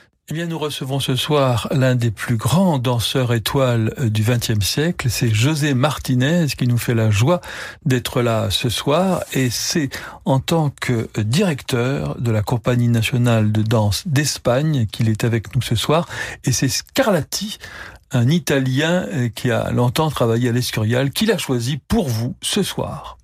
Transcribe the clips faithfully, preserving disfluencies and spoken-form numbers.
Eh bien, nous recevons ce soir l'un des plus grands danseurs étoiles du vingtième siècle. C'est José Martinez qui nous fait la joie d'être là ce soir. Et c'est en tant que directeur de la Compagnie nationale de danse d'Espagne qu'il est avec nous ce soir. Et c'est Scarlatti, un Italien qui a longtemps travaillé à l'Escurial, qu'il a choisi pour vous ce soir.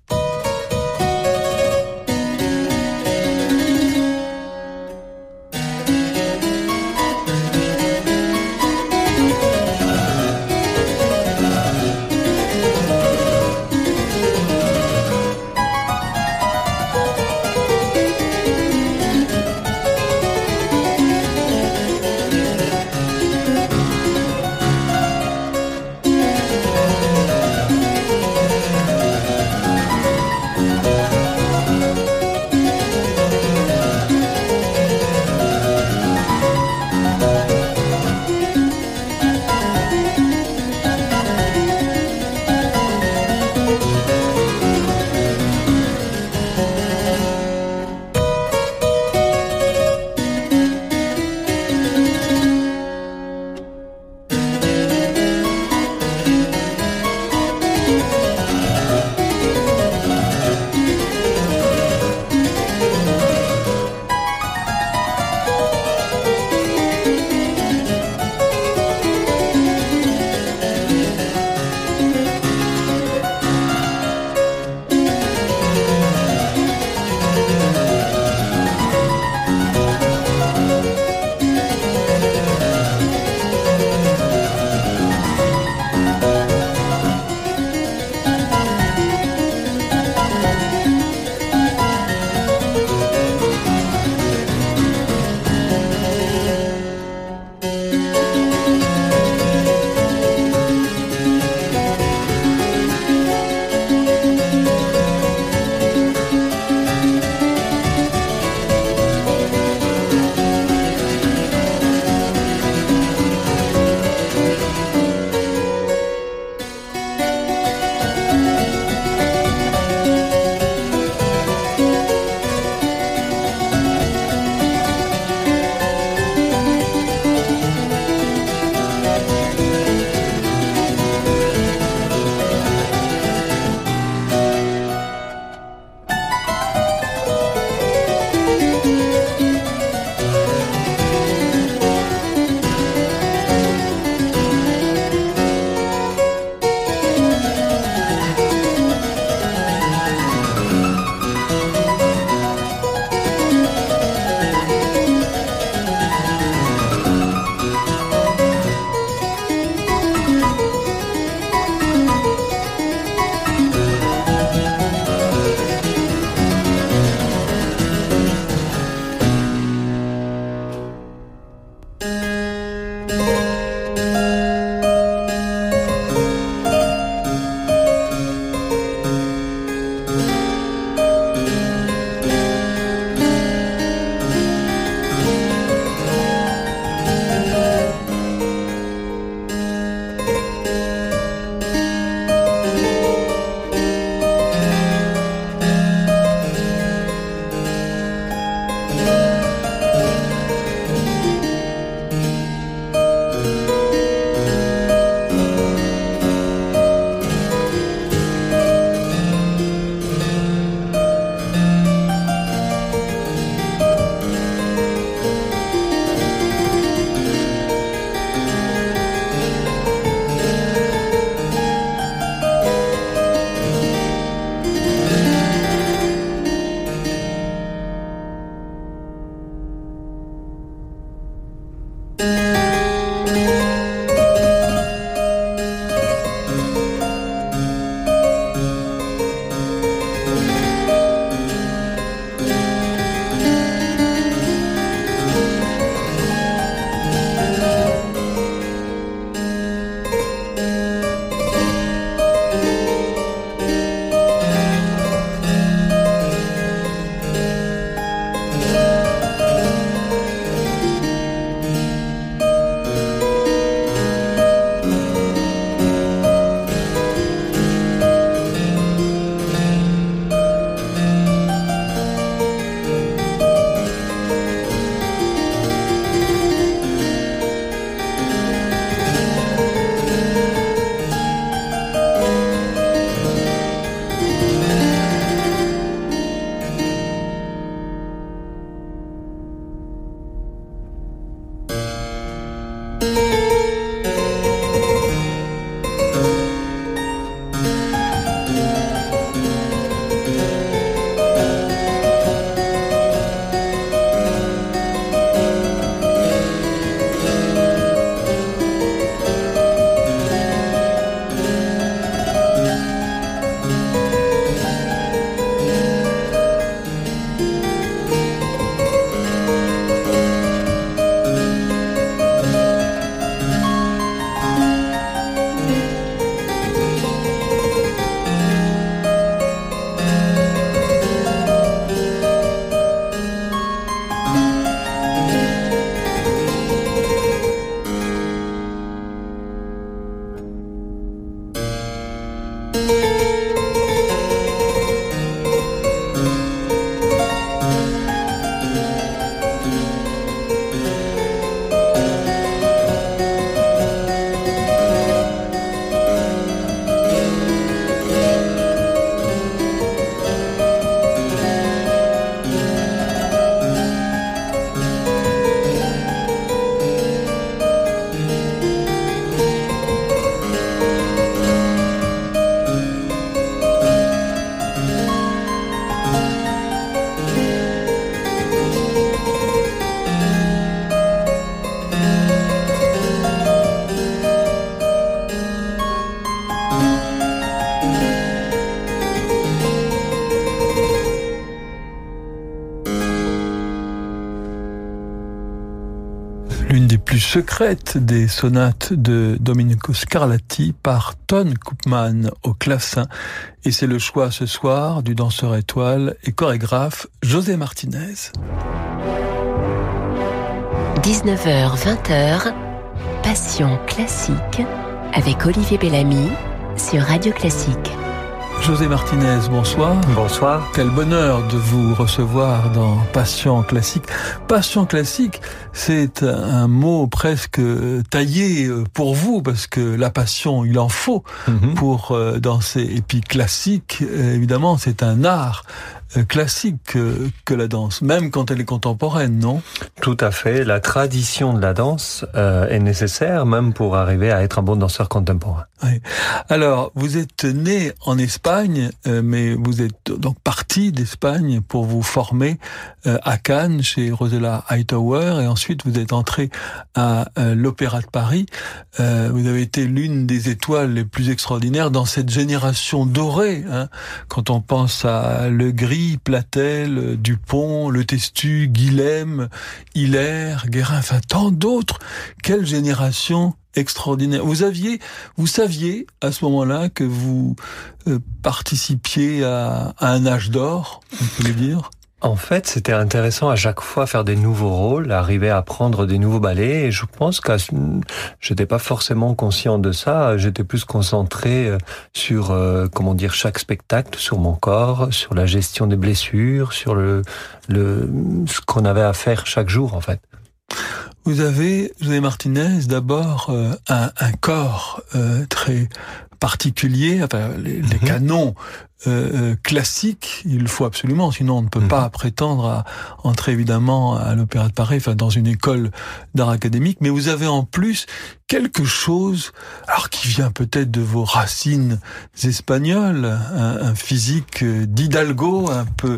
l'une des plus secrètes des sonates de Domenico Scarlatti par Ton Koopman au clavecin. Et c'est le choix ce soir du danseur étoile et chorégraphe José Martinez. dix-neuf heures vingt, Passion classique avec Olivier Bellamy sur Radio Classique. José Martinez, bonsoir. Bonsoir. Quel bonheur de vous recevoir dans Passion classique. Passion classique, c'est un mot presque taillé pour vous, parce que la passion, il en faut mm-hmm. pour danser. Et puis classique, évidemment, c'est un art classique que, que la danse, même quand elle est contemporaine, non ? Tout à fait. La tradition de la danse euh, est nécessaire, même pour arriver à être un bon danseur contemporain. Oui. Alors, vous êtes né en Espagne, euh, mais vous êtes donc parti d'Espagne pour vous former euh, à Cannes, chez Rosella Hightower, et ensuite vous êtes entré à euh, l'Opéra de Paris. Euh, vous avez été l'une des étoiles les plus extraordinaires dans cette génération dorée, hein, quand on pense à Le Gris, Platel, Dupont, Le Testu, Guilhem, Hilaire, Guérin, enfin tant d'autres. Quelle génération extraordinaire. Vous aviez, vous saviez à ce moment-là que vous euh, participiez à, à un âge d'or, on peut le dire ? En fait, c'était intéressant à chaque fois faire des nouveaux rôles, arriver à prendre des nouveaux ballets. Et je pense que j'étais pas forcément conscient de ça. J'étais plus concentré sur, euh, comment dire, chaque spectacle, sur mon corps, sur la gestion des blessures, sur le, le, ce qu'on avait à faire chaque jour, en fait. Vous avez, José Martinez, d'abord euh, un, un corps euh, très particulier, enfin les, mm-hmm. les canons euh, classiques, il faut absolument, sinon on ne peut mm-hmm. pas prétendre à entrer évidemment à l'Opéra de Paris, enfin dans une école d'art académique, mais vous avez en plus quelque chose, alors qui vient peut-être de vos racines espagnoles, un, un physique d'hidalgo, un peu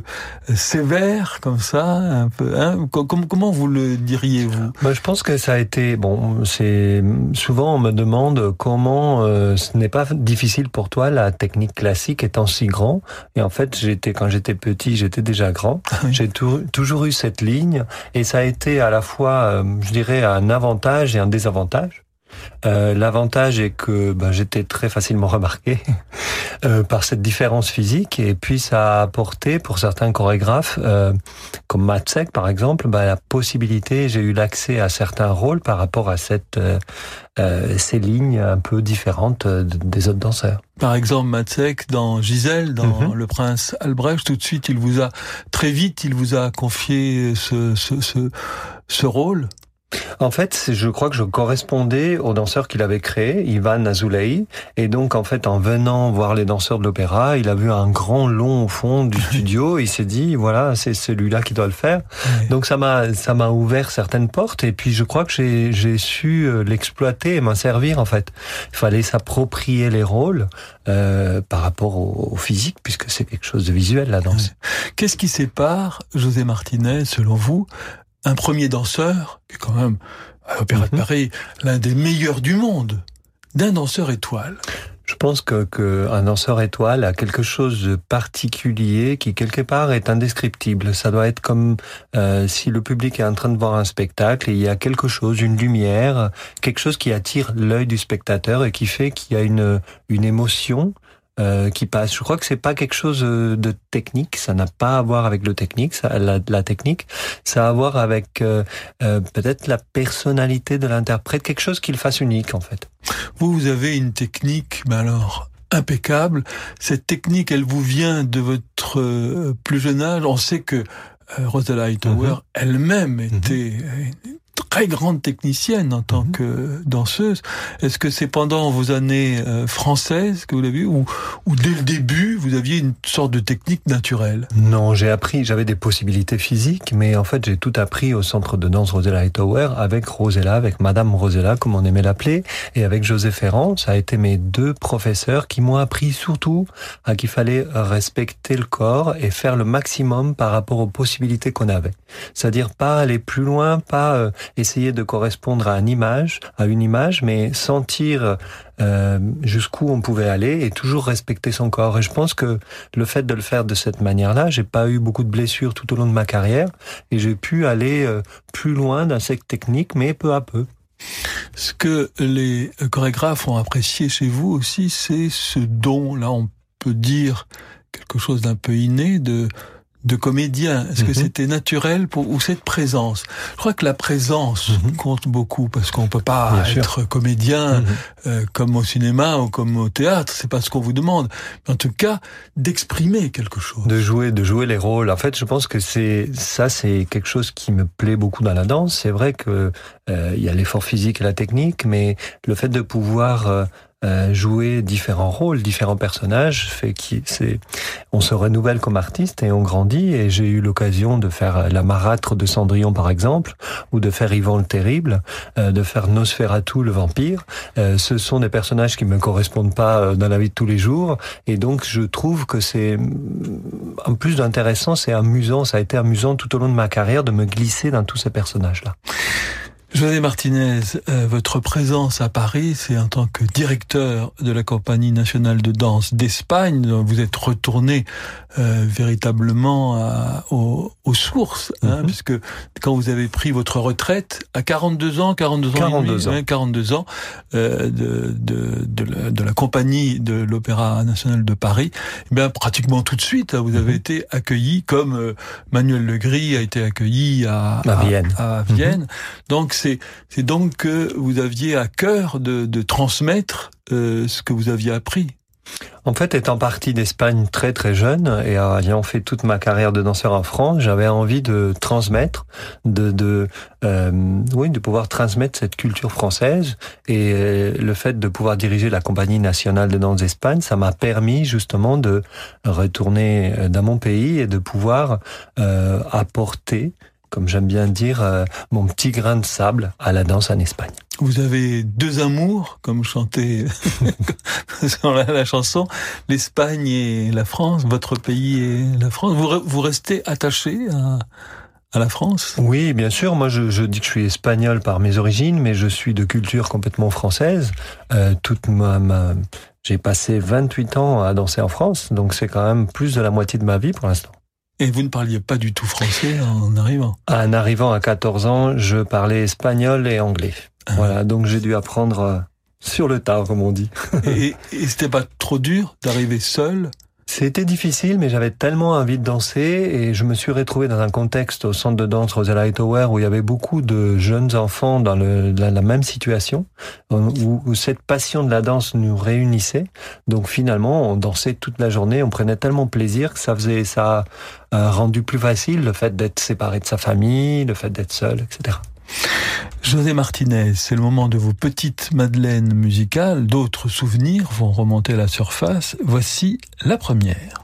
sévère comme ça, un peu. Hein, comment, comment vous le diriez vous ? Bah, je pense que ça a été bon. C'est souvent on me demande comment euh, ce n'est pas difficile pour toi la technique classique étant si grand. Et en fait, j'étais quand j'étais petit, j'étais déjà grand. Oui. J'ai tout, toujours eu cette ligne, et ça a été à la fois, euh, je dirais, un avantage et un désavantage. Euh, l'avantage est que ben, j'étais très facilement remarqué euh, par cette différence physique, et puis ça a apporté pour certains chorégraphes euh, comme Matzek par exemple ben, la possibilité, j'ai eu l'accès à certains rôles par rapport à cette euh, euh, ces lignes un peu différentes euh, des autres danseurs. Par exemple, Matzek dans Gisèle, dans mm-hmm. Le Prince Albrecht, tout de suite il vous a très vite il vous a confié ce ce ce, ce rôle. En fait, je crois que je correspondais au danseur qu'il avait créé, Ivan Azoulay, et donc en fait, en venant voir les danseurs de l'opéra, il a vu un grand long au fond du studio, et il s'est dit voilà, c'est celui-là qui doit le faire. Oui. Donc ça m'a ça m'a ouvert certaines portes, et puis je crois que j'ai j'ai su l'exploiter et m'en servir en fait. Il fallait s'approprier les rôles euh, par rapport au, au physique, puisque c'est quelque chose de visuel la danse. Oui. Qu'est-ce qui sépare José Martinez, selon vous, un premier danseur, qui est quand même, à l'Opéra mm-hmm. de Paris, l'un des meilleurs du monde, d'un danseur étoile? Je pense que, que un danseur étoile a quelque chose de particulier qui, quelque part, est indescriptible. Ça doit être comme euh, si le public est en train de voir un spectacle et il y a quelque chose, une lumière, quelque chose qui attire l'œil du spectateur et qui fait qu'il y a une, une émotion Euh, qui passe. Je crois que c'est pas quelque chose de technique, ça n'a pas à voir avec le technique, ça, la, la technique, ça a à voir avec euh, euh, peut-être la personnalité de l'interprète, quelque chose qui le fasse unique en fait. Vous, vous avez une technique, ben alors impeccable. Cette technique, elle vous vient de votre euh, plus jeune âge. On sait que euh, Rosella Hightower mm-hmm. elle-même était mm-hmm. très grande technicienne en tant mmh. que danseuse. Est-ce que c'est pendant vos années euh, françaises que vous l'avez vu, ou, ou dès le début, vous aviez une sorte de technique naturelle? Non, j'ai appris, j'avais des possibilités physiques, mais en fait, j'ai tout appris au centre de danse Rosella Hightower avec Rosella, avec Madame Rosella, comme on aimait l'appeler, et avec José Ferrand. Ça a été mes deux professeurs qui m'ont appris surtout à qu'il fallait respecter le corps et faire le maximum par rapport aux possibilités qu'on avait. C'est-à-dire pas aller plus loin, pas euh, essayer de correspondre à une image, à une image, mais sentir euh, jusqu'où on pouvait aller et toujours respecter son corps. Et je pense que le fait de le faire de cette manière-là, j'ai pas eu beaucoup de blessures tout au long de ma carrière et j'ai pu aller euh, plus loin dans cette technique, mais peu à peu. Ce que les chorégraphes ont apprécié chez vous aussi, c'est ce don, là on peut dire quelque chose d'un peu inné, de de comédien. Est-ce mm-hmm. que c'était naturel pour, ou cette présence? Je crois que la présence mm-hmm. compte beaucoup, parce qu'on peut pas Bien être sûr. comédien mm-hmm. euh, comme au cinéma ou comme au théâtre, c'est pas ce qu'on vous demande. Mais en tout cas, d'exprimer quelque chose. De jouer, de jouer les rôles. En fait, je pense que c'est ça, c'est quelque chose qui me plaît beaucoup dans la danse. C'est vrai que euh, il y a l'effort physique et la technique, mais le fait de pouvoir euh, Euh, jouer différents rôles, différents personnages, fait qui c'est, on se renouvelle comme artiste et on grandit. Et j'ai eu l'occasion de faire la marâtre de Cendrillon, par exemple, ou de faire Yvan le Terrible, euh, de faire Nosferatu le vampire. Euh, ce sont des personnages qui me correspondent pas dans la vie de tous les jours, et donc je trouve que c'est, en plus d'intéressant, c'est amusant. Ça a été amusant tout au long de ma carrière de me glisser dans tous ces personnages-là. José Martinez, euh, votre présence à Paris, c'est en tant que directeur de la Compagnie nationale de danse d'Espagne. Vous êtes retourné euh, véritablement à, aux, aux sources, hein, mm-hmm. puisque quand vous avez pris votre retraite à quarante-deux ans, quarante-deux ans, quarante-deux ans, hein, quarante-deux ans euh, de, de, de, la, de la Compagnie de l'Opéra national de Paris, eh bien pratiquement tout de suite, vous avez mm-hmm. été accueilli comme euh, Manuel Legris a été accueilli à, à, à Vienne. À, à Vienne. Mm-hmm. Donc c'est C'est donc que vous aviez à cœur de, de transmettre euh, ce que vous aviez appris. En fait, étant parti d'Espagne très très jeune et ayant fait toute ma carrière de danseur en France, j'avais envie de transmettre, de, de, euh, oui, de pouvoir transmettre cette culture française. Et le fait de pouvoir diriger la Compagnie nationale de danse d'Espagne, ça m'a permis justement de retourner dans mon pays et de pouvoir euh, apporter, comme j'aime bien dire, euh, mon petit grain de sable à la danse en Espagne. Vous avez deux amours, comme chantait sur la, la chanson, l'Espagne et la France, votre pays et la France. Vous, vous restez attaché à, à la France? Oui, bien sûr. Moi, je, je dis que je suis espagnol par mes origines, mais je suis de culture complètement française. Euh, toute ma, ma, j'ai passé vingt-huit ans à danser en France, donc c'est quand même plus de la moitié de ma vie pour l'instant. Et vous ne parliez pas du tout français en arrivant? En arrivant à quatorze ans, je parlais espagnol et anglais. Ah. Voilà, donc j'ai dû apprendre sur le tard, comme on dit. et, et c'était pas trop dur d'arriver seul? C'était difficile, mais j'avais tellement envie de danser et je me suis retrouvé dans un contexte au centre de danse Rosella Hightower où il y avait beaucoup de jeunes enfants dans le, la, la même situation, où, où cette passion de la danse nous réunissait. Donc finalement, on dansait toute la journée, on prenait tellement plaisir que ça faisait ça a rendu plus facile le fait d'être séparé de sa famille, le fait d'être seul, et cetera. José Martinez, c'est le moment de vos petites madeleines musicales. D'autres souvenirs vont remonter à la surface. Voici la première.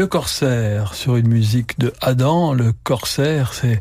Le Corsaire sur une musique de Adam. Le Corsaire, c'est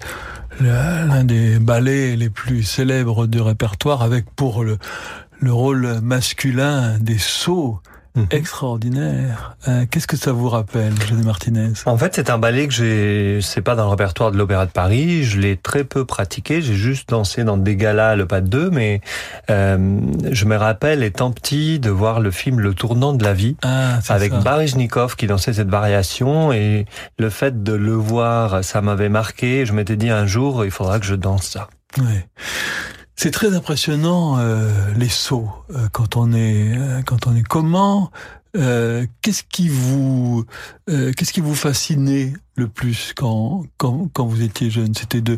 l'un des ballets les plus célèbres du répertoire, avec pour le, le rôle masculin des sots. Mmh. Extraordinaire. Euh, qu'est-ce que ça vous rappelle, José Martinez? En fait, c'est un ballet que j'ai, c'est pas dans le répertoire de l'Opéra de Paris. Je l'ai très peu pratiqué. J'ai juste dansé dans des galas, le pas de deux, mais euh, je me rappelle, étant petit, de voir le film Le Tournant de la vie, ah, avec ça. Baryshnikov qui dansait cette variation, et le fait de le voir, ça m'avait marqué. Je m'étais dit un jour, il faudra que je danse ça. Ouais. C'est très impressionnant, euh, les sauts, euh, quand on est, euh, quand on est comment, euh, qu'est-ce qui vous, euh, qu'est-ce qui vous fascinait le plus quand, quand, quand vous étiez jeune? C'était de,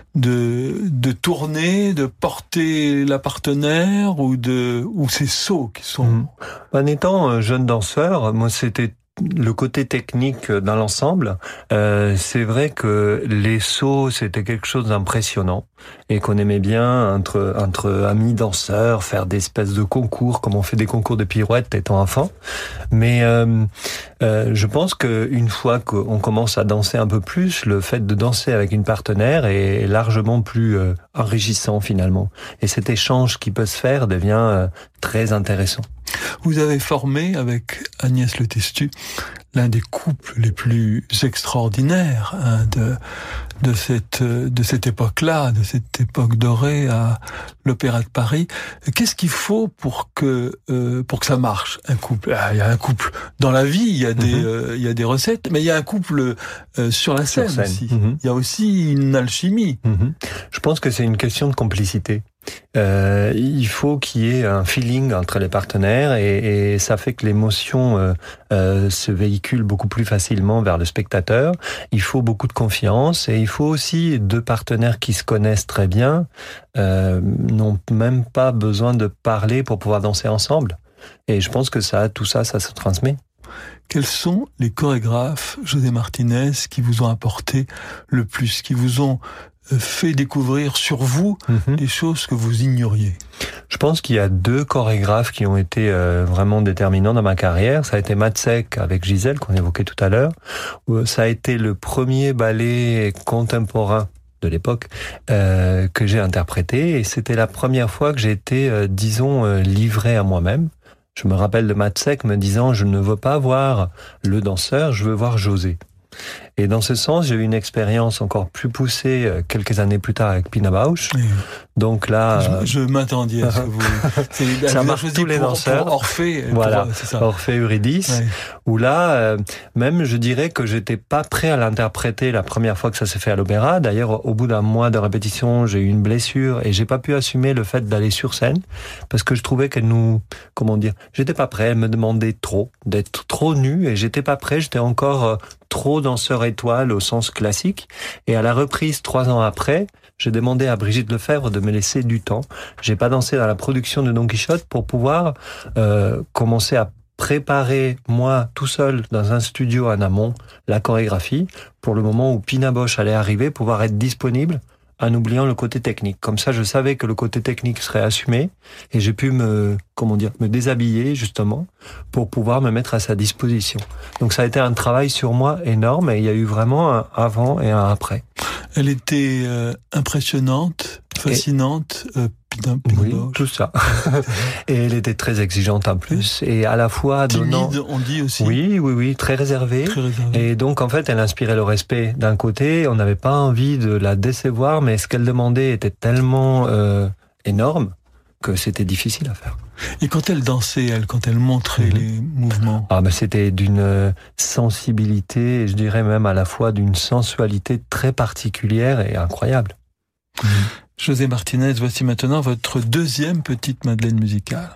de, de tourner, de porter la partenaire, ou de, ou ces sauts qui sont... Mmh. En étant jeune danseur, moi c'était le côté technique dans l'ensemble. Euh, c'est vrai que les sauts, c'était quelque chose d'impressionnant et qu'on aimait bien entre entre amis danseurs, faire des espèces de concours, comme on fait des concours de pirouettes étant enfant. Mais euh, euh, je pense que une fois qu'on commence à danser un peu plus, le fait de danser avec une partenaire est largement plus euh, enrichissant finalement. Et cet échange qui peut se faire devient euh, très intéressant. Vous avez formé avec Agnès Le Testu l'un des couples les plus extraordinaires hein, de de cette de cette époque-là, de cette époque dorée à l'Opéra de Paris. Qu'est-ce qu'il faut pour que euh, pour que ça marche, un couple? Ah, il y a un couple dans la vie, il y a des mm-hmm. euh, il y a des recettes, mais il y a un couple euh, sur la scène, sur scène. aussi. Mm-hmm. Il y a aussi une alchimie. Mm-hmm. Je pense que c'est une question de complicité. Euh, il faut qu'il y ait un feeling entre les partenaires et, et ça fait que l'émotion euh, euh, se véhicule beaucoup plus facilement vers le spectateur. Il faut beaucoup de confiance et il faut aussi deux partenaires qui se connaissent très bien, euh, n'ont même pas besoin de parler pour pouvoir danser ensemble. Et je pense que ça, tout ça, ça se transmet. Quels sont les chorégraphes, José Martinez, qui vous ont apporté le plus, qui vous ont fait découvrir sur vous mm-hmm. des choses que vous ignoriez? Je pense qu'il y a deux chorégraphes qui ont été euh, vraiment déterminants dans ma carrière. Ça a été Matsek avec Gisèle, qu'on évoquait tout à l'heure. Ça a été le premier ballet contemporain de l'époque euh, que j'ai interprété. Et c'était la première fois que j'ai été, euh, disons, euh, livré à moi-même. Je me rappelle de Matsek me disant « Je ne veux pas voir le danseur, je veux voir José ». Et dans ce sens, j'ai eu une expérience encore plus poussée quelques années plus tard avec Pina Bausch. Oui. Donc là, je, je m'attendais à ce que vous. C'est, ça marche tous les pour, danseurs. Pour Orphée, voilà, pour, c'est ça. Orphée, Eurydice. Oui. Où là, euh, même je dirais que j'étais pas prêt à l'interpréter la première fois que ça s'est fait à l'opéra. D'ailleurs, au bout d'un mois de répétition, j'ai eu une blessure et j'ai pas pu assumer le fait d'aller sur scène parce que je trouvais qu'elle nous, comment dire, j'étais pas prêt. Elle me demandait trop, d'être trop nu et j'étais pas prêt. J'étais encore euh, trop danseur étoile au sens classique. Et à la reprise, trois ans après, j'ai demandé à Brigitte Lefebvre de me laisser du temps. J'ai pas dansé dans la production de Don Quichotte pour pouvoir euh, commencer à préparer, moi, tout seul, dans un studio en amont, la chorégraphie, pour le moment où Pina Bausch allait arriver, pouvoir être disponible en oubliant le côté technique. Comme ça, je savais que le côté technique serait assumé et j'ai pu me, comment dire, me déshabiller, justement, pour pouvoir me mettre à sa disposition. Donc ça a été un travail sur moi énorme et il y a eu vraiment un avant et un après. Elle était euh, impressionnante, fascinante, et... euh, Pina, Pina oui, Bausch. Tout ça. Et elle était très exigeante en plus et à la fois donnant... Timide, on dit aussi. Oui, oui, oui, très réservée. Très réservée. Et donc en fait, elle inspirait le respect d'un côté. On n'avait pas envie de la décevoir, mais ce qu'elle demandait était tellement euh, énorme que c'était difficile à faire. Et quand elle dansait, elle, quand elle montrait mmh. les mouvements, ah ben c'était d'une sensibilité, et je dirais même à la fois d'une sensualité très particulière et incroyable. Mmh. José Martinez, voici maintenant votre deuxième petite Madeleine musicale.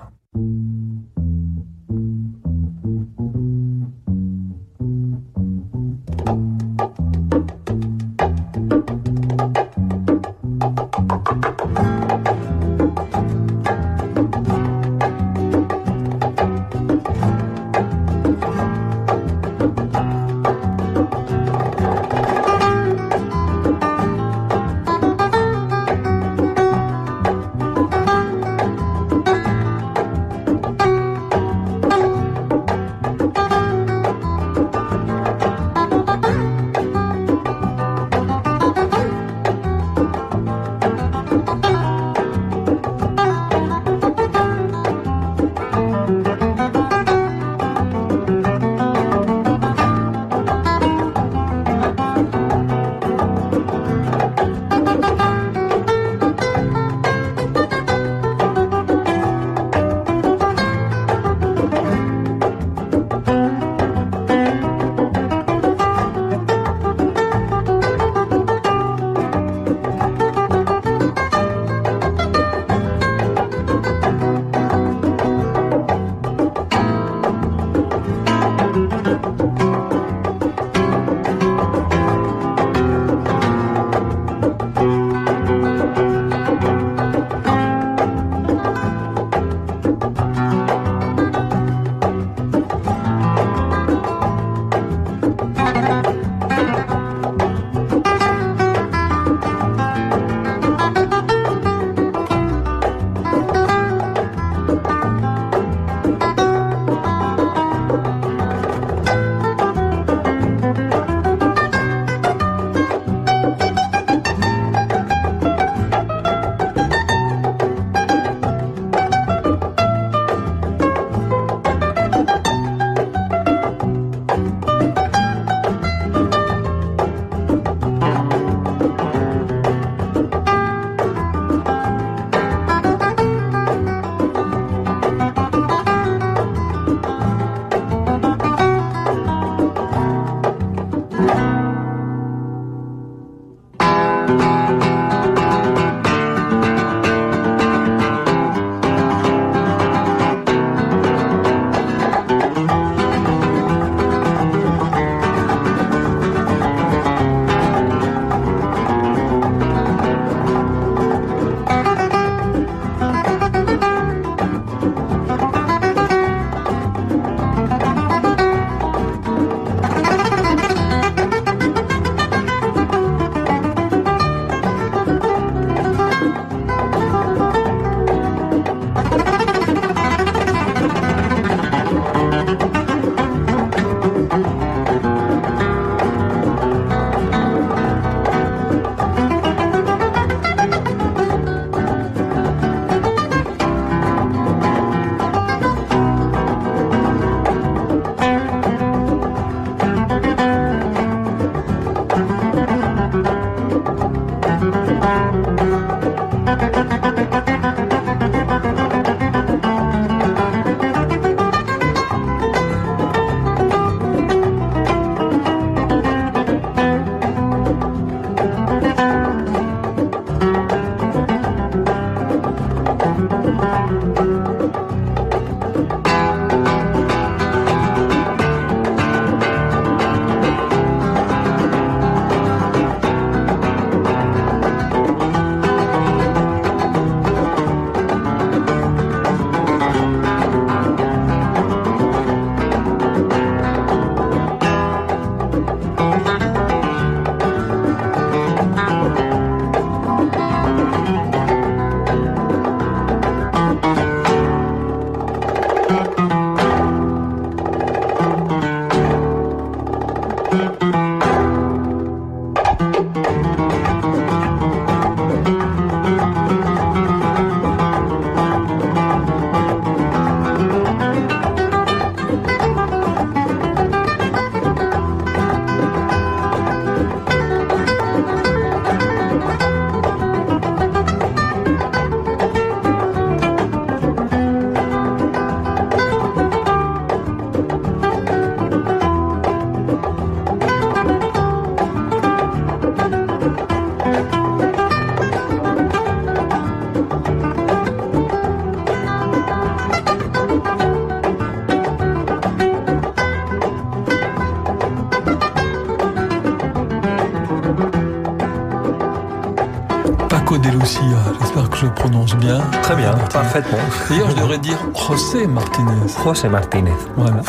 prononce bien. Très bien, parfaitement. D'ailleurs, je devrais dire José Martinez. José Martinez. Voilà.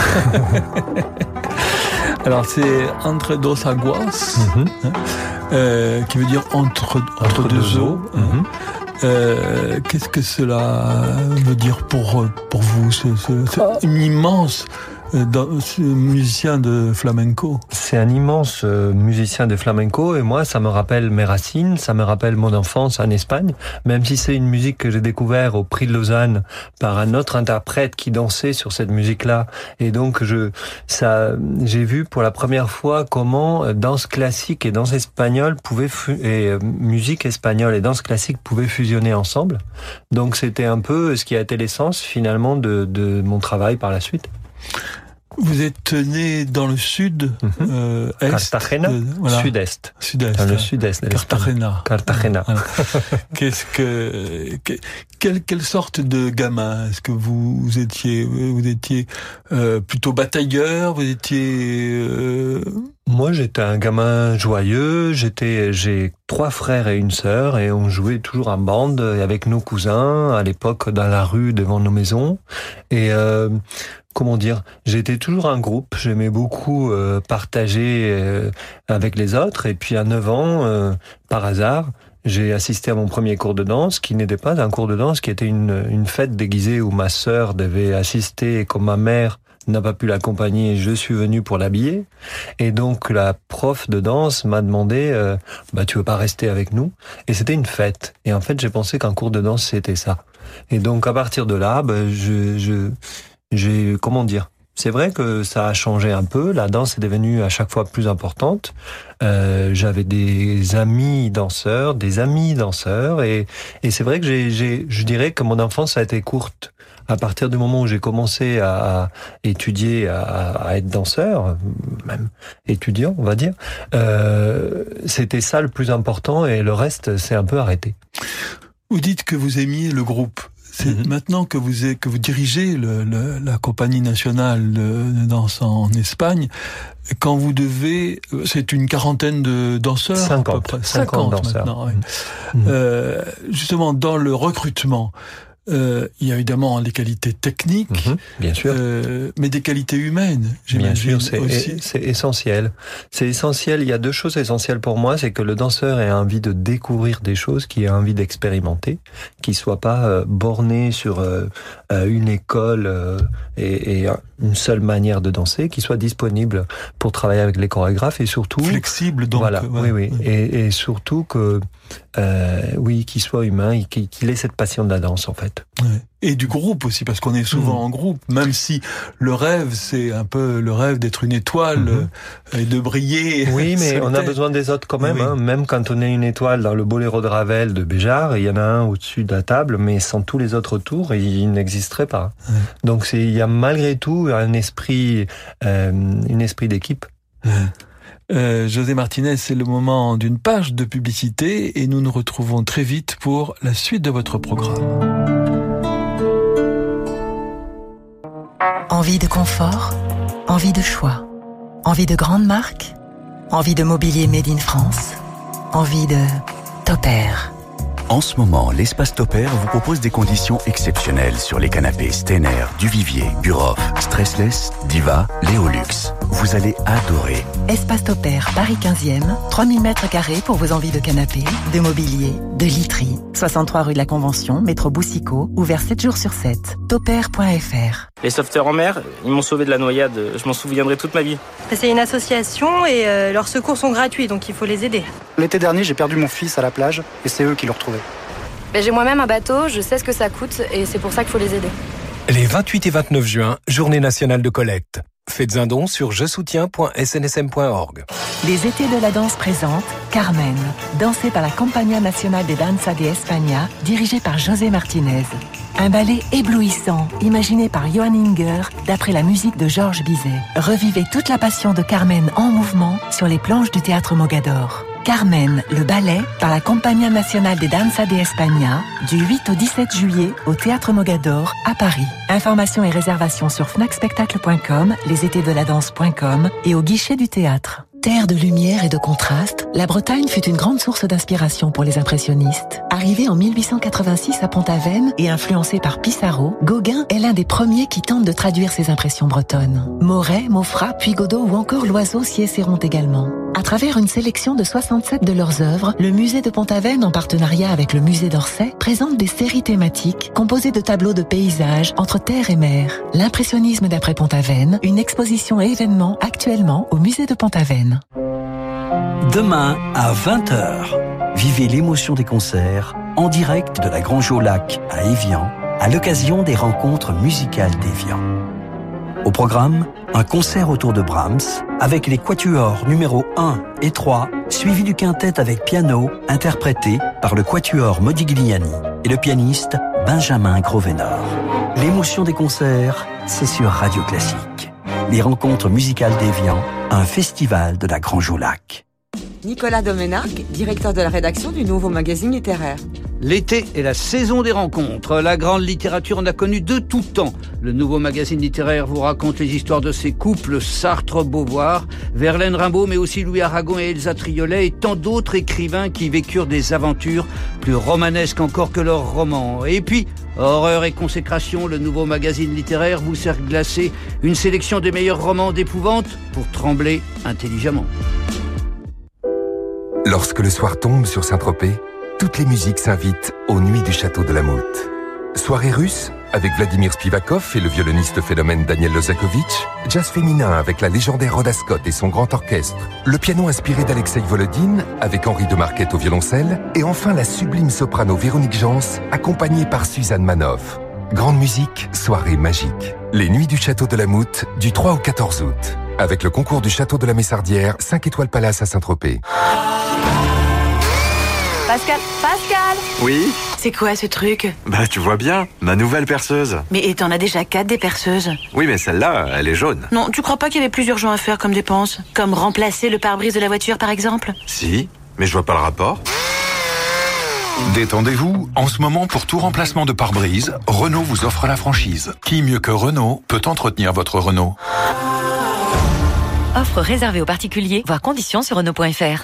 Alors, c'est Entre dos aguas, mm-hmm. hein, euh, qui veut dire entre, entre, entre deux, deux eaux. Hein. Mm-hmm. Euh, qu'est-ce que cela veut dire pour, pour vous, ce, ce, ce oh. immense euh, ce musicien de flamenco? C'est un immense euh, musicien de flamenco, et moi, ça me rappelle mes racines, ça me rappelle mon enfance en Espagne, même si c'est une musique que j'ai découvert au Prix de Lausanne par un autre interprète qui dansait sur cette musique-là. Et donc, je, ça, j'ai vu pour la première fois comment danse classique et danse espagnole pouvaient, fu- et euh, musique espagnole et danse classique pouvaient fusionner ensemble. Donc, c'était un peu ce qui a été l'essence, finalement, de, de mon travail par la suite. Vous êtes né dans le sud, mm-hmm. euh, est, Cartagena, euh, voilà. sud-est. Sud-est. Dans le sud-est. Cartagena. Cartagena. Voilà. Qu'est-ce que, que quelle, quelle sorte de gamin est-ce que vous, vous étiez? Vous étiez euh, plutôt batailleur. Vous étiez. Euh... Moi, j'étais un gamin joyeux. J'étais, j'ai trois frères et une sœur, et on jouait toujours en bande avec nos cousins à l'époque dans la rue devant nos maisons. Et euh, comment dire, j'étais toujours un groupe, j'aimais beaucoup euh, partager euh, avec les autres, et puis à neuf ans, euh, par hasard, j'ai assisté à mon premier cours de danse, qui n'était pas un cours de danse, qui était une, une fête déguisée où ma sœur devait assister, et comme ma mère n'a pas pu l'accompagner, je suis venu pour l'habiller. Et donc la prof de danse m'a demandé euh, bah tu veux pas rester avec nous? Et c'était une fête. Et en fait, j'ai pensé qu'un cours de danse c'était ça. Et donc à partir de là, bah, je je j'ai comment dire, c'est vrai que ça a changé un peu. La danse est devenue à chaque fois plus importante. Euh, j'avais des amis danseurs, des amis danseurs, et et c'est vrai que j'ai j'ai je dirais que mon enfance a été courte. À partir du moment où j'ai commencé à, à étudier, à, à être danseur, même étudiant, on va dire, euh, c'était ça le plus important, et le reste, c'est un peu arrêté. Vous dites que vous aimiez le groupe. C'est mm-hmm. maintenant que vous que vous dirigez le, le, la compagnie nationale de danse en Espagne. Quand vous devez, c'est une quarantaine de danseurs, cinquante, à peu près. cinquante, cinquante maintenant. Oui. Mm-hmm. Euh, justement, dans le recrutement. Euh, il y a évidemment les qualités techniques, mmh, bien sûr, euh, mais des qualités humaines, bien j'imagine. sûr, c'est, aussi. c'est essentiel. C'est essentiel. Il y a deux choses essentielles pour moi, c'est que le danseur ait envie de découvrir des choses, qu'il ait envie d'expérimenter, qu'il soit pas euh, borné sur euh, une école euh, et, et une seule manière de danser, qu'il soit disponible pour travailler avec les chorégraphes, et surtout flexible. Donc, voilà, ouais, oui, oui, ouais. et, et surtout que euh, oui, qu'il soit humain, et qu'il, qu'il ait cette passion de la danse, en fait. Ouais. Et du groupe aussi, parce qu'on est souvent mmh. en groupe, même si le rêve, c'est un peu le rêve d'être une étoile mmh. et de briller. Oui, mais on a besoin des autres quand même. Oui. Hein. Même quand on est une étoile dans le Boléro de Ravel de Béjart, il y en a un au-dessus de la table, mais sans tous les autres autour, il n'existerait pas. Mmh. Donc c'est, il y a malgré tout un esprit, euh, un esprit d'équipe. Mmh. Euh, José Martinez, c'est le moment d'une page de publicité, et nous nous retrouvons très vite pour la suite de votre programme. Envie de confort, envie de choix, envie de grandes marques, envie de mobilier made in France, envie de Topair. En ce moment, l'espace Topair vous propose des conditions exceptionnelles sur les canapés Stener, Duvivier, Buroff, Stressless, Diva, Léolux. Vous allez adorer. Espace Topair, Paris quinzième, trois mille mètres carrés pour vos envies de canapés, de mobilier, de literie. soixante-trois rue de la Convention, métro Boussicot, ouvert sept jours sur sept. Topair point f r. Les sauveteurs en mer, ils m'ont sauvé de la noyade. Je m'en souviendrai toute ma vie. C'est une association et euh, leurs secours sont gratuits, donc il faut les aider. L'été dernier, j'ai perdu mon fils à la plage et c'est eux qui l'ont retrouvé. Ben, j'ai moi-même un bateau, je sais ce que ça coûte et c'est pour ça qu'il faut les aider. Les vingt-huit et vingt-neuf juin, journée nationale de collecte. Faites un don sur je soutiens point s n s m point org. Les étés de la danse présentent Carmen, dansée par la Compañía Nacional de Danza de España, dirigée par José Martinez. Un ballet éblouissant, imaginé par Johan Inger, d'après la musique de Georges Bizet. Revivez toute la passion de Carmen en mouvement sur les planches du théâtre Mogador. Carmen, le ballet, par la Compañía Nacional de Danza de España, du huit au dix-sept juillet au théâtre Mogador à Paris. Informations et réservations sur fnac spectacle point com, les étés de la danse point com et au guichet du théâtre. Terre de lumière et de contraste, la Bretagne fut une grande source d'inspiration pour les impressionnistes. Arrivé en mille huit cent quatre-vingt-six à Pont-Aven et influencé par Pissarro, Gauguin est l'un des premiers qui tente de traduire ses impressions bretonnes. Moret, Maufra, Puygaudot ou encore Loiseau s'y essaieront également. À travers une sélection de soixante-sept de leurs œuvres, le musée de Pont-Aven, en partenariat avec le musée d'Orsay, présente des séries thématiques composées de tableaux de paysages entre terre et mer. L'impressionnisme d'après Pont-Aven, une exposition et événement actuellement au musée de Pont-Aven. Demain à vingt heures, vivez l'émotion des concerts en direct de la Grange au Lac à Évian à l'occasion des rencontres musicales d'Évian. Au programme, un concert autour de Brahms avec les quatuors numéro un et trois, suivi du quintet avec piano interprété par le quatuor Modigliani et le pianiste Benjamin Grosvenor. L'émotion des concerts, c'est sur Radio Classique. Les rencontres musicales d'Évian, un festival de la Grange au Lac. Nicolas Domenach, directeur de la rédaction du Nouveau Magazine littéraire. L'été est la saison des rencontres. La grande littérature en a connu de tout temps. Le Nouveau Magazine littéraire vous raconte les histoires de ces couples Sartre-Beauvoir, Verlaine Rimbaud, mais aussi Louis Aragon et Elsa Triolet et tant d'autres écrivains qui vécurent des aventures plus romanesques encore que leurs romans. Et puis, horreur et consécration, le Nouveau Magazine littéraire vous sert glacé une sélection des meilleurs romans d'épouvante pour trembler intelligemment. Lorsque le soir tombe sur Saint-Tropez, toutes les musiques s'invitent aux Nuits du Château de la Moute. Soirée russe avec Vladimir Spivakov et le violoniste phénomène Daniel Lozakovitch, jazz féminin avec la légendaire Rhoda Scott et son grand orchestre, le piano inspiré d'Alexei Volodine avec Henri de Marquette au violoncelle et enfin la sublime soprano Véronique Jans accompagnée par Suzanne Manoff. Grande musique, soirée magique. Les Nuits du Château de la Moute du trois au quatorze août. Avec le concours du Château de la Messardière, cinq étoiles Palace à Saint-Tropez. Pascal, Pascal! Oui? C'est quoi ce truc? Bah tu vois bien, ma nouvelle perceuse. Mais t'en as déjà quatre des perceuses. Oui mais celle-là, elle est jaune. Non, tu crois pas qu'il y avait plus urgent à faire comme dépense? Comme remplacer le pare-brise de la voiture par exemple? Si, mais je vois pas le rapport. Détendez-vous, en ce moment pour tout remplacement de pare-brise, Renault vous offre la franchise. Qui mieux que Renault peut entretenir votre Renault? Offre réservée aux particuliers, voir conditions sur Renault point F R.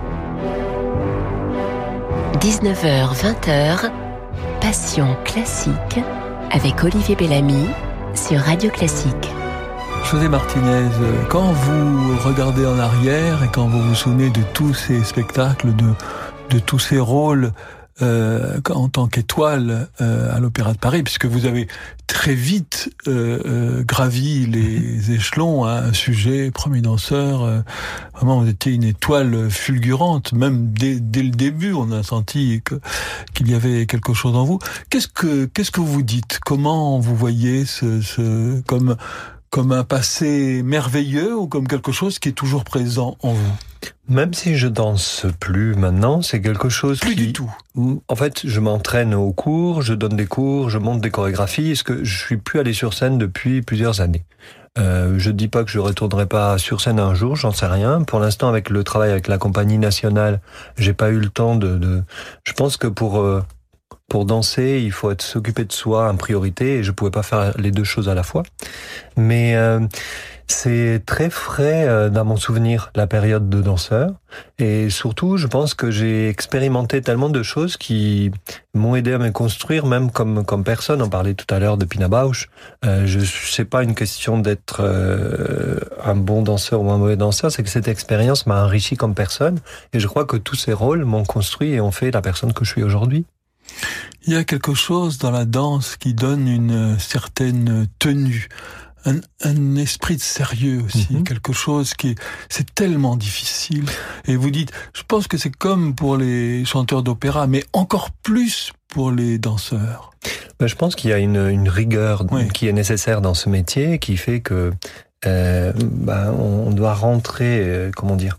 dix-neuf heures vingt, Passion classique avec Olivier Bellamy sur Radio Classique. José Martinez, quand vous regardez en arrière et quand vous vous souvenez de tous ces spectacles, de, de tous ces rôles euh, en tant qu'étoile euh, à l'Opéra de Paris, puisque vous avez très vite euh, euh, gravi les échelons, hein, un sujet, premier danseur, euh, vraiment vous étiez une étoile fulgurante, même dès, dès le début on a senti que, qu'il y avait quelque chose en vous. Qu'est-ce que, qu'est-ce que vous dites? Comment vous voyez ce, ce comme, comme un passé merveilleux ou comme quelque chose qui est toujours présent en vous? Même si je danse plus maintenant, c'est quelque chose plus qui... du tout. En fait, je m'entraîne au cours, je donne des cours, je monte des chorégraphies, parce que je suis plus allé sur scène depuis plusieurs années. Euh, je dis pas que je retournerai pas sur scène un jour, j'en sais rien. Pour l'instant, avec le travail avec la compagnie nationale, j'ai pas eu le temps de... de... Je pense que pour... Euh, Pour danser, il faut être, s'occuper de soi en priorité, et je pouvais pas faire les deux choses à la fois. Mais euh, c'est très frais euh, dans mon souvenir, la période de danseur. Et surtout, je pense que j'ai expérimenté tellement de choses qui m'ont aidé à me construire, même comme comme personne. On parlait tout à l'heure de Pina Bausch. Euh, je c'est pas une question d'être euh, un bon danseur ou un mauvais danseur, c'est que cette expérience m'a enrichi comme personne. Et je crois que tous ces rôles m'ont construit et ont fait la personne que je suis aujourd'hui. Il y a quelque chose dans la danse qui donne une certaine tenue, un, un esprit de sérieux aussi, mm-hmm. quelque chose qui est, c'est tellement difficile. Et vous dites, je pense que c'est comme pour les chanteurs d'opéra, mais encore plus pour les danseurs. Ben, je pense qu'il y a une, une rigueur oui. qui est nécessaire dans ce métier, qui fait que euh, ben, on doit rentrer, euh, comment dire,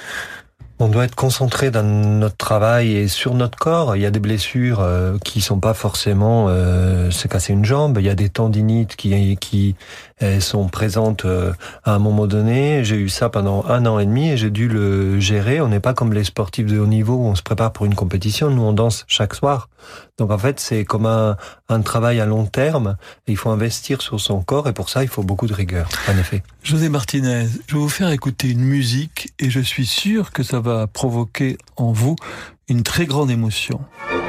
on doit être concentré dans notre travail et sur notre corps. Il y a des blessures euh, qui sont pas forcément euh, se casser une jambe. Il y a des tendinites qui qui elles sont présentes euh, à un moment donné. J'ai eu ça pendant un an et demi et j'ai dû le gérer. On n'est pas comme les sportifs de haut niveau où on se prépare pour une compétition. Nous, on danse chaque soir. Donc en fait, c'est comme un, un travail à long terme. Il faut investir sur son corps et pour ça, il faut beaucoup de rigueur, en effet. José Martinez, je vais vous faire écouter une musique et je suis sûr que ça va provoquer en vous une très grande émotion.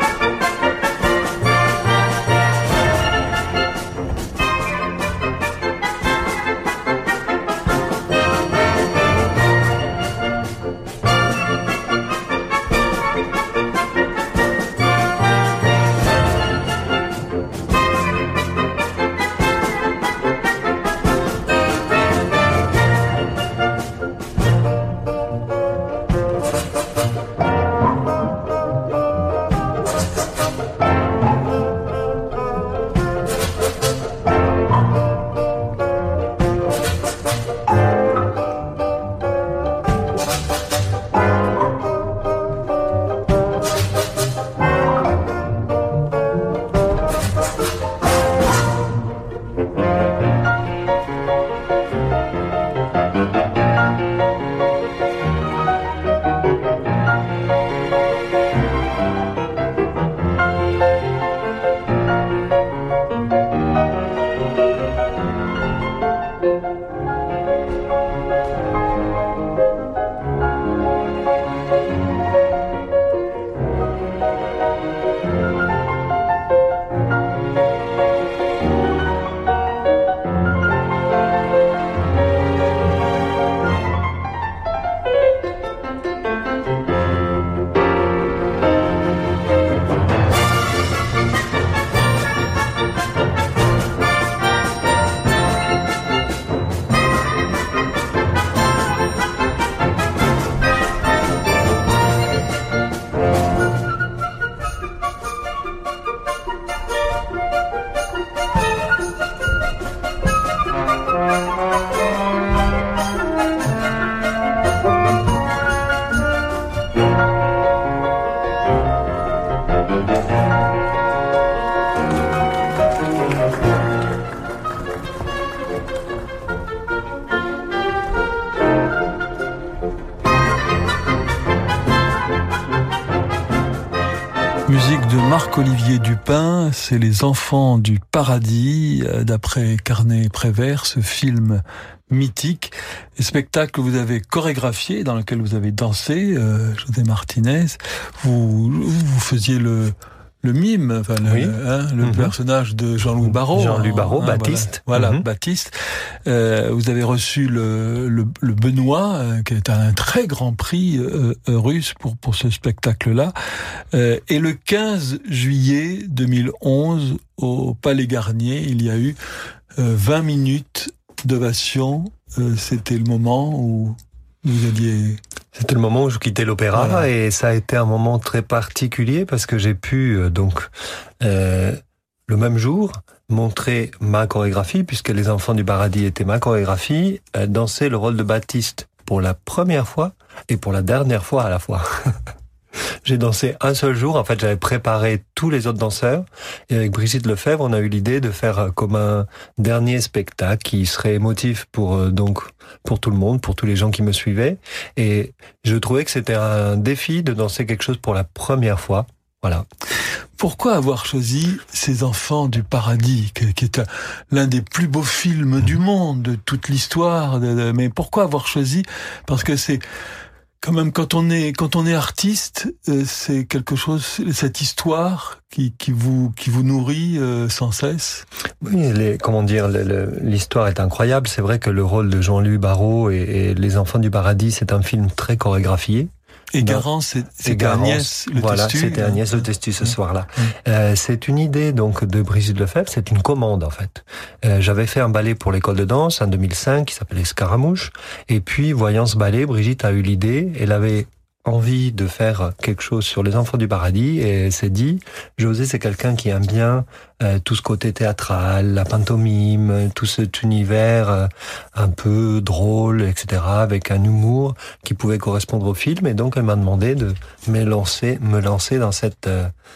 Musique de Marc-Olivier Dupin, c'est Les Enfants du Paradis, d'après Carnet Prévert, ce film mythique, et spectacle que vous avez chorégraphié, dans lequel vous avez dansé, euh, José Martinez. Vous, vous faisiez le, le mime, enfin le, oui. hein, le mm-hmm. personnage de Jean-Louis Barrault. Jean-Louis Barrault, hein, Baptiste. Voilà, voilà mm-hmm. Baptiste. Euh, vous avez reçu le, le, le Benoît, euh, qui est un très grand prix euh, russe pour, pour ce spectacle-là. Euh, et le quinze juillet deux mille onze, au Palais Garnier, il y a eu euh, vingt minutes d'ovation. Euh, c'était le moment où vous aviez... C'était le moment où je quittais l'opéra, voilà. Et ça a été un moment très particulier parce que j'ai pu, euh, donc, euh, le même jour, montrer ma chorégraphie, puisque Les Enfants du Paradis était ma chorégraphie, euh, danser le rôle de Baptiste pour la première fois et pour la dernière fois à la fois. J'ai dansé un seul jour. En fait, j'avais préparé tous les autres danseurs. Et avec Brigitte Lefebvre, on a eu l'idée de faire comme un dernier spectacle qui serait émotif pour, euh, donc, pour tout le monde, pour tous les gens qui me suivaient. Et je trouvais que c'était un défi de danser quelque chose pour la première fois. Voilà. Pourquoi avoir choisi Ces Enfants du Paradis, qui est l'un des plus beaux films du monde, de toute l'histoire, mais pourquoi avoir choisi? Parce que c'est, quand même, quand on est quand on est artiste, euh, c'est quelque chose, cette histoire qui qui vous qui vous nourrit euh, sans cesse. Oui, les, comment dire, le, le, l'histoire est incroyable. C'est vrai que le rôle de Jean-Louis Barrault et, et Les Enfants du Paradis, c'est un film très chorégraphié. Et Garance, c'est, c'était Agnès Le voilà, Testu. C'était Agnès Le Testu ce soir-là. Mmh. Euh, c'est une idée donc de Brigitte Lefebvre, c'est une commande en fait. Euh, j'avais fait un ballet pour l'école de danse en deux mille cinq qui s'appelait Scaramouche. Et puis, voyant ce ballet, Brigitte a eu l'idée, elle avait envie de faire quelque chose sur Les Enfants du Paradis et elle s'est dit, José c'est quelqu'un qui aime bien euh, tout ce côté théâtral, la pantomime, tout cet univers euh, un peu drôle, et cetera, avec un humour qui pouvait correspondre au film, et donc elle m'a demandé de me lancer, me lancer dans cette euh,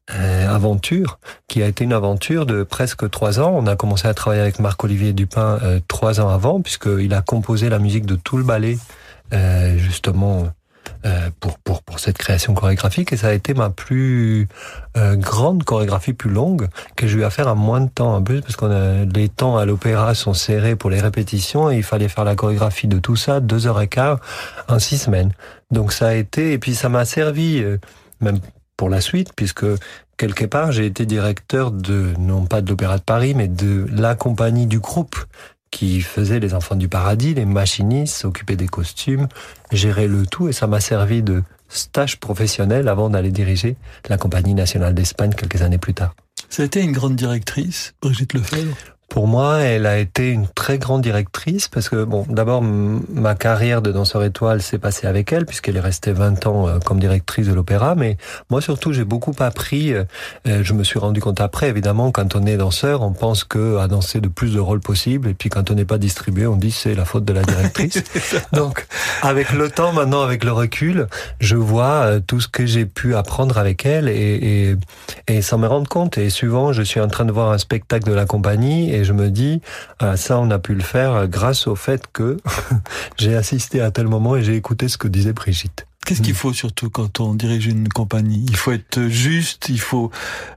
euh, aventure, qui a été une aventure de presque trois ans. On a commencé à travailler avec Marc-Olivier Dupin euh, trois ans avant, puisqu'il a composé la musique de tout le ballet, euh, justement, euh, pour, pour, pour cette création chorégraphique. Et ça a été ma plus euh, grande chorégraphie, plus longue, que j'ai eu à faire en moins de temps en plus, parce qu'on a, les temps à l'opéra sont serrés pour les répétitions, et il fallait faire la chorégraphie de tout ça, deux heures et quart, en six semaines. Donc ça a été, et puis ça m'a servi, euh, même pour la suite, puisque quelque part, j'ai été directeur de, non pas de l'Opéra de Paris, mais de la compagnie du groupe qui faisait les Enfants du Paradis, les machinistes, s'occuper des costumes, gérer le tout, et ça m'a servi de stage professionnel avant d'aller diriger la Compagnie nationale d'Espagne quelques années plus tard. Ça a été une grande directrice, Brigitte Lefebvre? Pour moi, elle a été une très grande directrice parce que, bon, d'abord, m- ma carrière de danseur étoile s'est passée avec elle puisqu'elle est restée vingt ans euh, comme directrice de l'opéra. Mais moi, surtout, j'ai beaucoup appris. Euh, je me suis rendu compte après, évidemment, quand on est danseur, on pense que à danser de plus de rôles possibles. Et puis, quand on n'est pas distribué, on dit c'est la faute de la directrice. Donc, avec le temps, maintenant, avec le recul, je vois euh, tout ce que j'ai pu apprendre avec elle et, et, et sans me rendre compte. Et souvent, je suis en train de voir un spectacle de la compagnie et je me dis, ah, ça on a pu le faire grâce au fait que j'ai assisté à tel moment et j'ai écouté ce que disait Brigitte. Qu'est-ce qu'il faut surtout quand on dirige une compagnie? Il faut être juste, il faut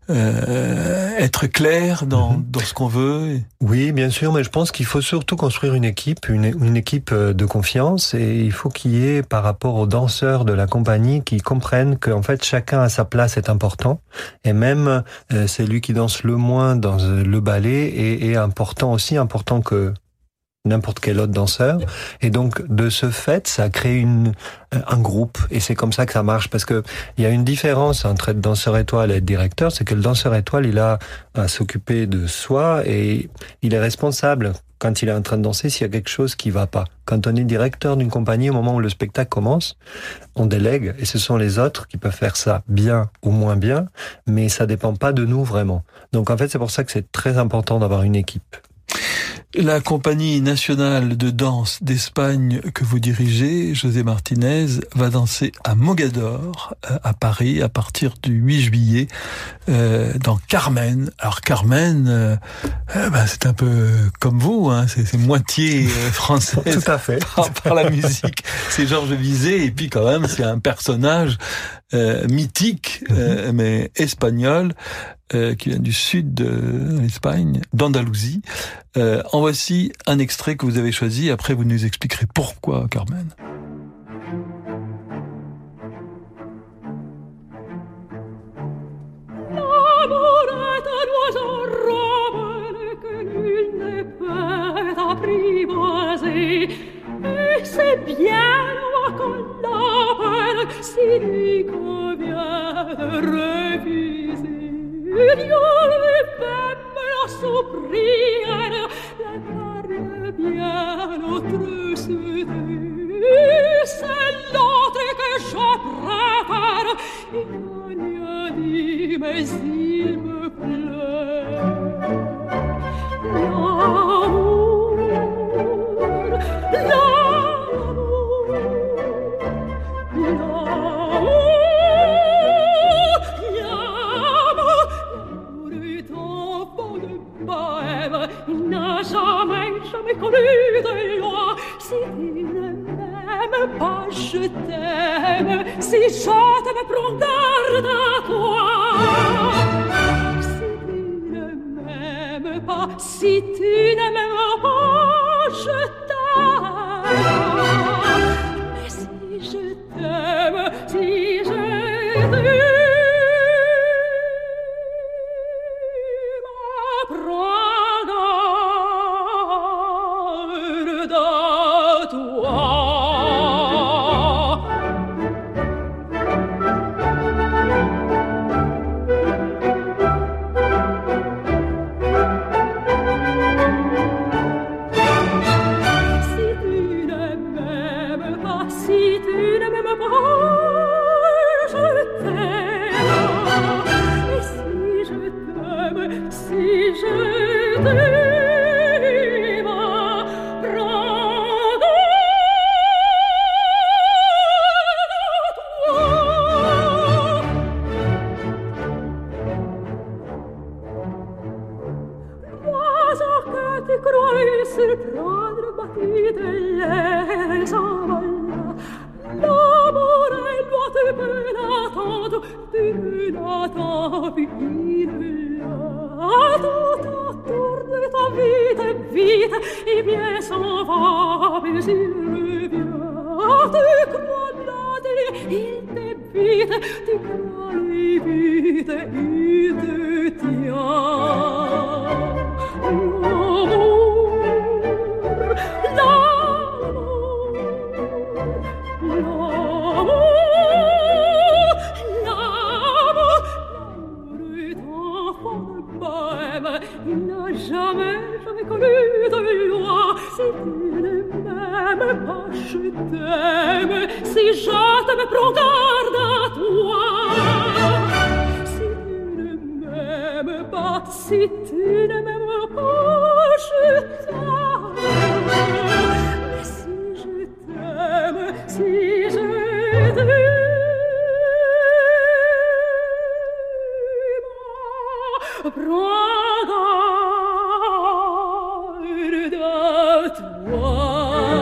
euh, être clair dans, mm-hmm. dans ce qu'on veut. Et... Oui, bien sûr, mais je pense qu'il faut surtout construire une équipe, une, une équipe de confiance, et il faut qu'il y ait, par rapport aux danseurs de la compagnie, qui comprennent qu'en fait chacun à sa place est important, et même euh, celui qui danse le moins dans le ballet est, est important aussi, important que n'importe quel autre danseur. Et donc, de ce fait, ça crée une, un groupe. Et c'est comme ça que ça marche. Parce que il y a une différence entre être danseur étoile et être directeur. C'est que le danseur étoile, il a à s'occuper de soi et il est responsable quand il est en train de danser s'il y a quelque chose qui va pas. Quand on est directeur d'une compagnie, au moment où le spectacle commence, on délègue. Et ce sont les autres qui peuvent faire ça bien ou moins bien. Mais ça dépend pas de nous vraiment. Donc, en fait, c'est pour ça que c'est très important d'avoir une équipe. La compagnie nationale de danse d'Espagne que vous dirigez, José Martinez, va danser à Mogador, à Paris, à partir du huit juillet, euh, dans Carmen. Alors Carmen, euh, euh, bah, c'est un peu comme vous, hein, c'est, c'est moitié euh, française. Tout à fait. Par, par la musique. C'est Georges Bizet, et puis quand même, c'est un personnage euh, mythique, euh, mais espagnol, euh, qui vient du sud de l'Espagne, d'Andalousie. Euh, en voici un extrait que vous avez choisi. Après, vous nous expliquerez pourquoi, Carmen. C'est bien qu'on l'appelle s'il lui convient de refuser. Dieu lui-même la soupline, la parle bien notre souté. C'est l'autre que je préfère. Il m'a rien dit, mais il me plaît. L'amour, l'amour. Il n'a jamais, jamais connu de loi. Si tu ne m'aimes pas, je t'aime. Si je t'aime, prends garde à toi. Si tu ne m'aimes pas, si tu ne m'aimes pas, je t'aime. Mais si je t'aime, si je t'aime, ti crois surprendre battite les envola. L'amore doit te penato, tu n'attends plus là. Tout autour de ta vie est vite, et bien s'en va, mais il revient. Tu crois là, il t'évite, tu crois vite, il te tient. L'amour, l'amour, l'amour, l'amour, l'amour est enfant de bohème. Il n'a jamais, jamais connu de loi. Si tu ne m'aimes pas, je t'aime. Si je t'aime, prends garde à toi. Si tu ne m'aimes pas, si tu ne m'aimes pas, je t'aime. Mais si je t'aime, si je t'aime, prends garde à toi.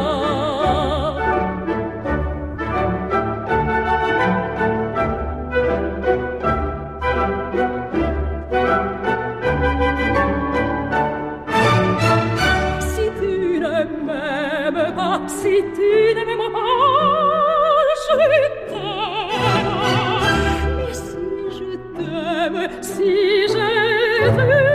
Si tu ne m'aimes pas, je t'aime. Mais si je t'aime, si je t'aime,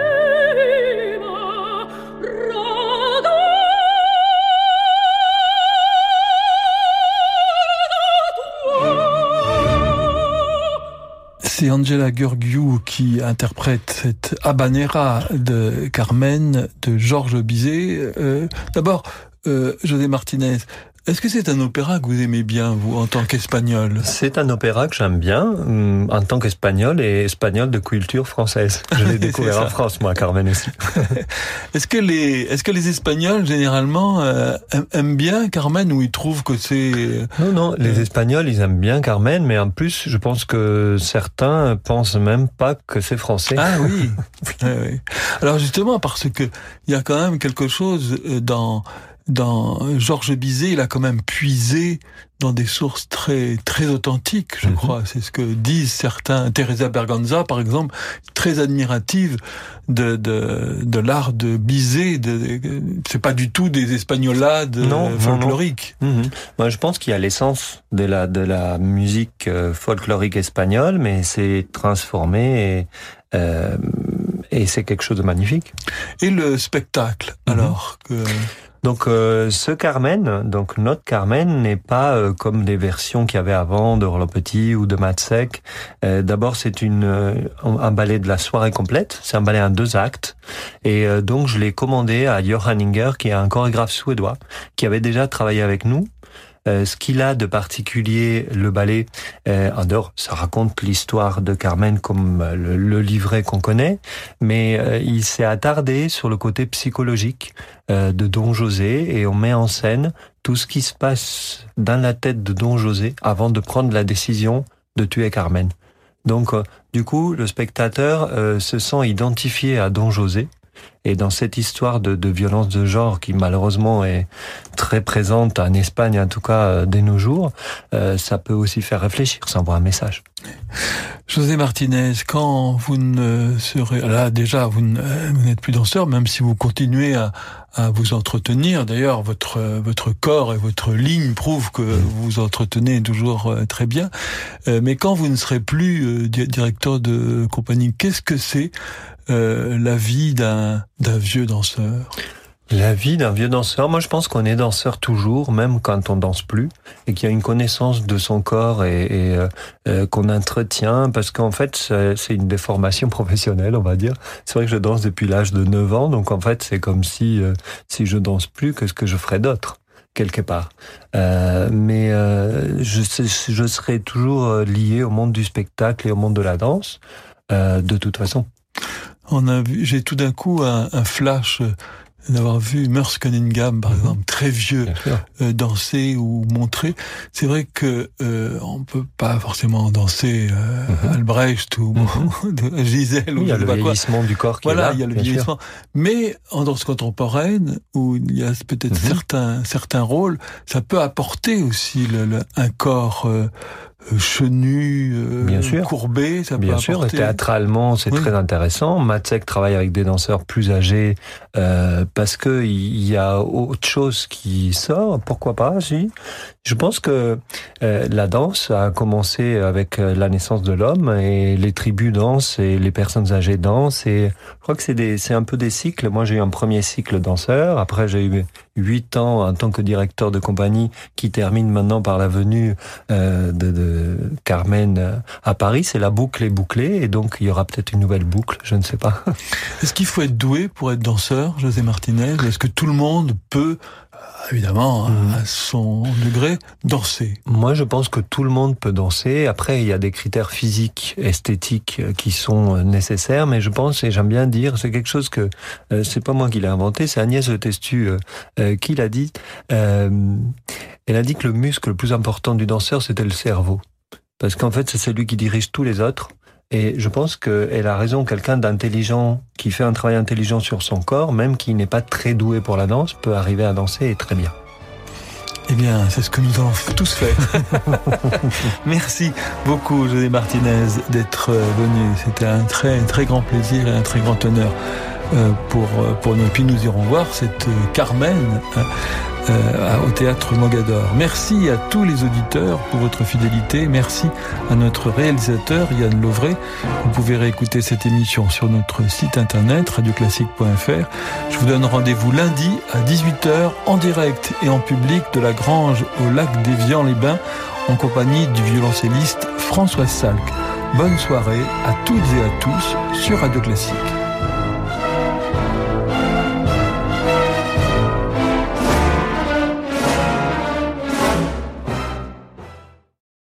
c'est Angela Gheorghiu qui interprète cette habanera de Carmen de Georges Bizet. Euh, d'abord, euh, José Martinez, est-ce que c'est un opéra que vous aimez bien, vous, en tant qu'Espagnol? C'est un opéra que j'aime bien, en tant qu'Espagnol et Espagnol de culture française. Je l'ai découvert en France, moi, Carmen aussi. Est-ce que les, est-ce que les Espagnols, généralement, euh, aiment bien Carmen, ou ils trouvent que c'est... Non, non, les Espagnols, ils aiment bien Carmen, mais en plus, je pense que certains pensent même pas que c'est français. Ah oui, oui, oui. Alors justement, parce que il y a quand même quelque chose dans... Dans Georges Bizet, il a quand même puisé dans des sources très très authentiques, je mm-hmm. crois. C'est ce que disent certains. Teresa Berganza, par exemple, très admirative de de de l'art de Bizet. De, de, c'est pas du tout des espagnolades non, folkloriques. Non, non. Mm-hmm. Moi, je pense qu'il y a l'essence de la de la musique folklorique espagnole, mais c'est transformé et euh, et c'est quelque chose de magnifique. Et le spectacle, mm-hmm. alors que... Donc euh, ce Carmen, donc notre Carmen n'est pas euh, comme des versions qu'il y avait avant de Roland Petit ou de Matzek. Euh, d'abord c'est une euh, un ballet de la soirée complète, c'est un ballet en deux actes et euh, donc je l'ai commandé à Johan Inger qui est un chorégraphe suédois qui avait déjà travaillé avec nous. Euh, ce qu'il a de particulier, le ballet, euh, en dehors, ça raconte l'histoire de Carmen comme le, le livret qu'on connaît, mais euh, il s'est attardé sur le côté psychologique euh, de Don José et on met en scène tout ce qui se passe dans la tête de Don José avant de prendre la décision de tuer Carmen. Donc, euh, du coup, le spectateur euh, se sent identifié à Don José. Et dans cette histoire de, de violence de genre qui malheureusement est très présente en Espagne, en tout cas euh, dès nos jours, euh, ça peut aussi faire réfléchir, ça envoie un message. José Martinez, quand vous ne serez là déjà, vous, ne, vous n'êtes plus danseur, même si vous continuez à, à vous entretenir. D'ailleurs, votre votre corps et votre ligne prouvent que vous vous entretenez toujours très bien. Euh, mais quand vous ne serez plus euh, directeur de compagnie, qu'est-ce que c'est euh, la vie d'un d'un vieux danseur? La vie d'un vieux danseur, moi je pense qu'on est danseur toujours, même quand on danse plus, et qu'il y a une connaissance de son corps et, et euh, qu'on entretient, parce qu'en fait c'est, c'est une déformation professionnelle, on va dire. C'est vrai que je danse depuis l'âge de neuf ans, donc en fait c'est comme si euh, si je danse plus, qu'est-ce que je ferais d'autre quelque part. Euh, mais euh, je, je serai toujours lié au monde du spectacle et au monde de la danse, euh, de toute façon. On a vu, j'ai tout d'un coup un, un flash d'avoir vu Merce Cunningham, par mmh. exemple, très vieux, euh, danser ou montrer. C'est vrai que euh, on peut pas forcément danser euh, mmh. Albrecht ou mmh. Gisèle oui, ou il y a je le sais pas vieillissement quoi. du corps qui voilà, est là. il y a le vieillissement. Sûr. Mais en danse contemporaine, où il y a peut-être mmh. certains certains rôles, ça peut apporter aussi le, le, un corps euh, chenu, euh, bien sûr. courbé, ça bien peut sûr, apporter... et théâtralement, c'est oui. très intéressant. Matzek travaille avec des danseurs plus âgés euh, parce que il y a autre chose qui sort. Pourquoi pas, si. Je pense que euh, la danse a commencé avec la naissance de l'homme et les tribus dansent et les personnes âgées dansent et je crois que c'est des, c'est un peu des cycles. Moi, j'ai eu un premier cycle danseur. Après, j'ai eu huit ans en tant que directeur de compagnie qui termine maintenant par la venue euh, de, de Carmen à Paris. C'est la boucle est bouclée et donc il y aura peut-être une nouvelle boucle. Je ne sais pas. Est-ce qu'il faut être doué pour être danseur, José Martinez? Est-ce que tout le monde peut, évidemment, mmh. à son degré, danser? Moi, je pense que tout le monde peut danser. Après, il y a des critères physiques, esthétiques qui sont nécessaires, mais je pense, et j'aime bien dire, c'est quelque chose que euh, c'est pas moi qui l'ai inventé, c'est Agnès Le Testu euh, euh, qui l'a dit. Euh, elle a dit que le muscle le plus important du danseur, c'était le cerveau. Parce qu'en fait, c'est celui qui dirige tous les autres. Et je pense qu'elle a raison, quelqu'un d'intelligent, qui fait un travail intelligent sur son corps, même qui n'est pas très doué pour la danse, peut arriver à danser et très bien. Eh bien, c'est ce que nous allons tous faire. Merci beaucoup, José Martinez, d'être venu. C'était un très, très grand plaisir et un très grand honneur pour, pour nous. Et puis nous irons voir cette Carmen euh, au théâtre Mogador. Merci à tous les auditeurs pour votre fidélité. Merci à notre réalisateur Yann Lovray. Vous pouvez réécouter cette émission sur notre site internet radio classique point f r. Je vous donne rendez-vous lundi à dix-huit heures en direct et en public de la Grange au lac d'Évian-les-Bains en compagnie du violoncelliste François Salk. Bonne soirée à toutes et à tous sur Radio Classique.